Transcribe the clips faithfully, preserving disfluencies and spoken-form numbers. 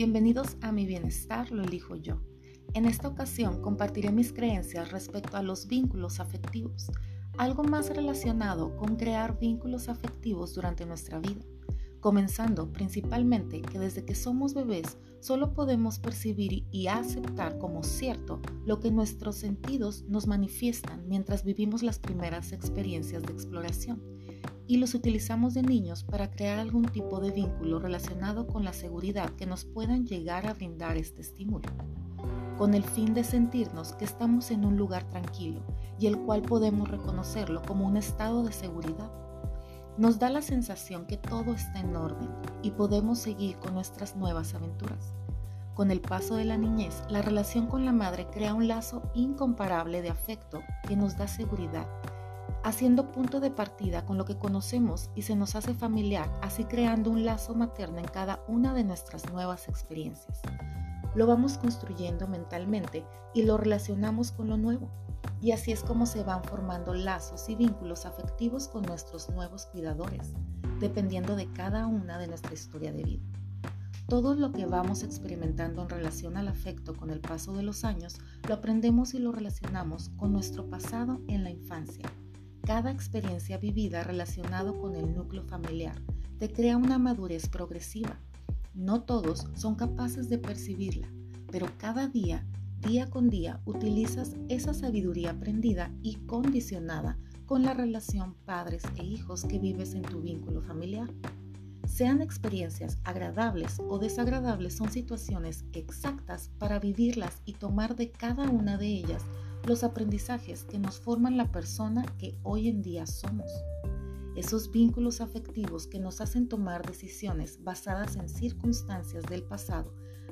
Bienvenidos a Mi Bienestar Lo Elijo Yo. En esta ocasión compartiré mis creencias respecto a los vínculos afectivos, algo más relacionado con crear vínculos afectivos durante nuestra vida, comenzando principalmente que desde que somos bebés solo podemos percibir y aceptar como cierto lo que nuestros sentidos nos manifiestan mientras vivimos las primeras experiencias de exploración, y los utilizamos de niños para crear algún tipo de vínculo relacionado con la seguridad que nos puedan llegar a brindar este estímulo, con el fin de sentirnos que estamos en un lugar tranquilo y el cual podemos reconocerlo como un estado de seguridad. Nos da la sensación que todo está en orden y podemos seguir con nuestras nuevas aventuras. Con el paso de la niñez, la relación con la madre crea un lazo incomparable de afecto que nos da seguridad, haciendo punto de partida con lo que conocemos y se nos hace familiar, así creando un lazo materno en cada una de nuestras nuevas experiencias. Lo vamos construyendo mentalmente y lo relacionamos con lo nuevo, y así es como se van formando lazos y vínculos afectivos con nuestros nuevos cuidadores, dependiendo de cada una de nuestra historia de vida. Todo lo que vamos experimentando en relación al afecto con el paso de los años, lo aprendemos y lo relacionamos con nuestro pasado en la infancia. Cada experiencia vivida relacionado con el núcleo familiar te crea una madurez progresiva. No todos son capaces de percibirla, pero cada día, día con día, utilizas esa sabiduría aprendida y condicionada con la relación padres e hijos que vives en tu vínculo familiar. Sean experiencias agradables o desagradables, son situaciones exactas para vivirlas y tomar de cada una de ellas los aprendizajes que nos forman la persona que hoy en día somos. Esos vínculos afectivos que nos hacen tomar decisiones basadas en circunstancias del pasado,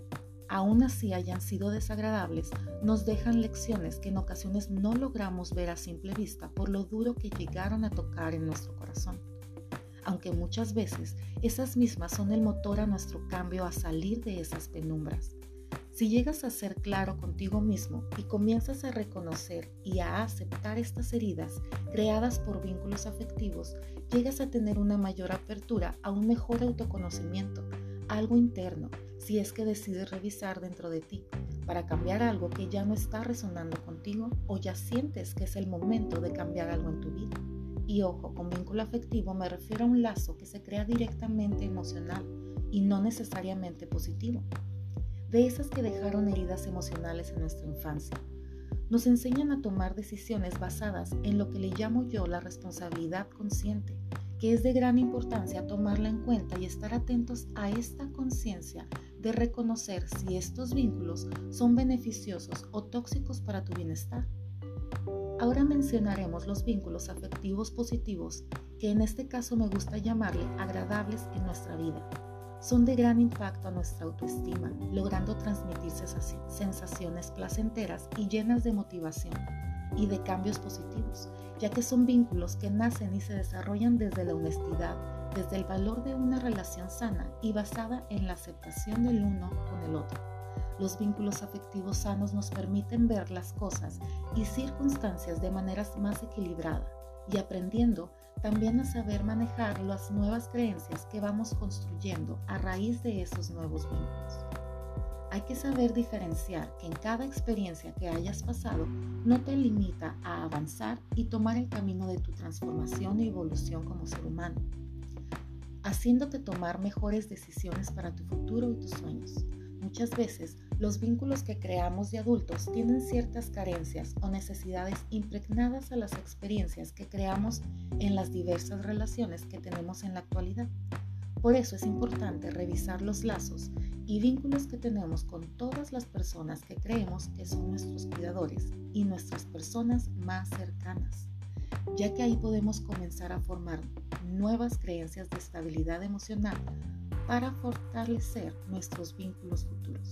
aún así hayan sido desagradables, nos dejan lecciones que en ocasiones no logramos ver a simple vista por lo duro que llegaron a tocar en nuestro corazón. Aunque muchas veces esas mismas son el motor a nuestro cambio a salir de esas penumbras. Si llegas a ser claro contigo mismo y comienzas a reconocer y a aceptar estas heridas creadas por vínculos afectivos, llegas a tener una mayor apertura a un mejor autoconocimiento, algo interno, si es que decides revisar dentro de ti, para cambiar algo que ya no está resonando contigo o ya sientes que es el momento de cambiar algo en tu vida. Y ojo, con vínculo afectivo me refiero a un lazo que se crea directamente emocional y no necesariamente positivo. De esas que dejaron heridas emocionales en nuestra infancia. Nos enseñan a tomar decisiones basadas en lo que le llamo yo la responsabilidad consciente, que es de gran importancia tomarla en cuenta y estar atentos a esta conciencia de reconocer si estos vínculos son beneficiosos o tóxicos para tu bienestar. Ahora mencionaremos los vínculos afectivos positivos, que en este caso me gusta llamarle agradables en nuestra vida. Son de gran impacto a nuestra autoestima, logrando transmitir sensaciones placenteras y llenas de motivación y de cambios positivos, ya que son vínculos que nacen y se desarrollan desde la honestidad, desde el valor de una relación sana y basada en la aceptación del uno con el otro. Los vínculos afectivos sanos nos permiten ver las cosas y circunstancias de maneras más equilibradas y aprendiendo también a saber manejar las nuevas creencias que vamos construyendo a raíz de esos nuevos vínculos. Hay que saber diferenciar que en cada experiencia que hayas pasado no te limita a avanzar y tomar el camino de tu transformación y evolución como ser humano, haciéndote tomar mejores decisiones para tu futuro y tus sueños. Muchas veces, los vínculos que creamos de adultos tienen ciertas carencias o necesidades impregnadas a las experiencias que creamos en las diversas relaciones que tenemos en la actualidad. Por eso es importante revisar los lazos y vínculos que tenemos con todas las personas que creemos que son nuestros cuidadores y nuestras personas más cercanas, ya que ahí podemos comenzar a formar nuevas creencias de estabilidad emocional para fortalecer nuestros vínculos futuros.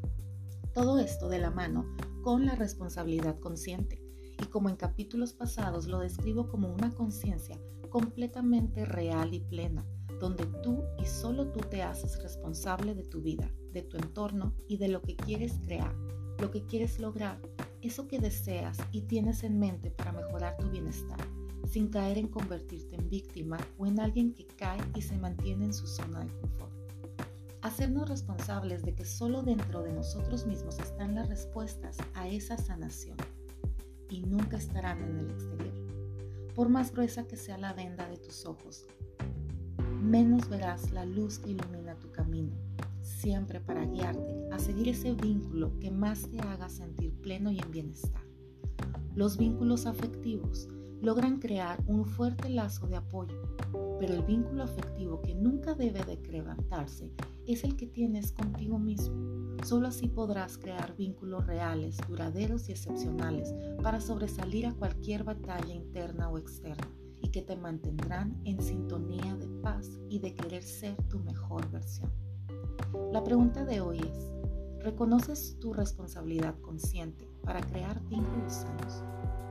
Todo esto de la mano con la responsabilidad consciente, y como en capítulos pasados lo describo como una conciencia completamente real y plena, donde tú y solo tú te haces responsable de tu vida, de tu entorno y de lo que quieres crear, lo que quieres lograr, eso que deseas y tienes en mente para mejorar tu bienestar, sin caer en convertirte en víctima o en alguien que cae y se mantiene en su zona de confort. Hacernos responsables de que solo dentro de nosotros mismos están las respuestas a esa sanación y nunca estarán en el exterior. Por más gruesa que sea la venda de tus ojos, menos verás la luz que ilumina tu camino, siempre para guiarte a seguir ese vínculo que más te haga sentir pleno y en bienestar. Los vínculos afectivos logran crear un fuerte lazo de apoyo, pero el vínculo afectivo que nunca debe de quebrantarse es el que tienes contigo mismo. Solo así podrás crear vínculos reales, duraderos y excepcionales para sobresalir a cualquier batalla interna o externa y que te mantendrán en sintonía de paz y de querer ser tu mejor versión. La pregunta de hoy es: ¿reconoces tu responsabilidad consciente para crear vínculos sanos?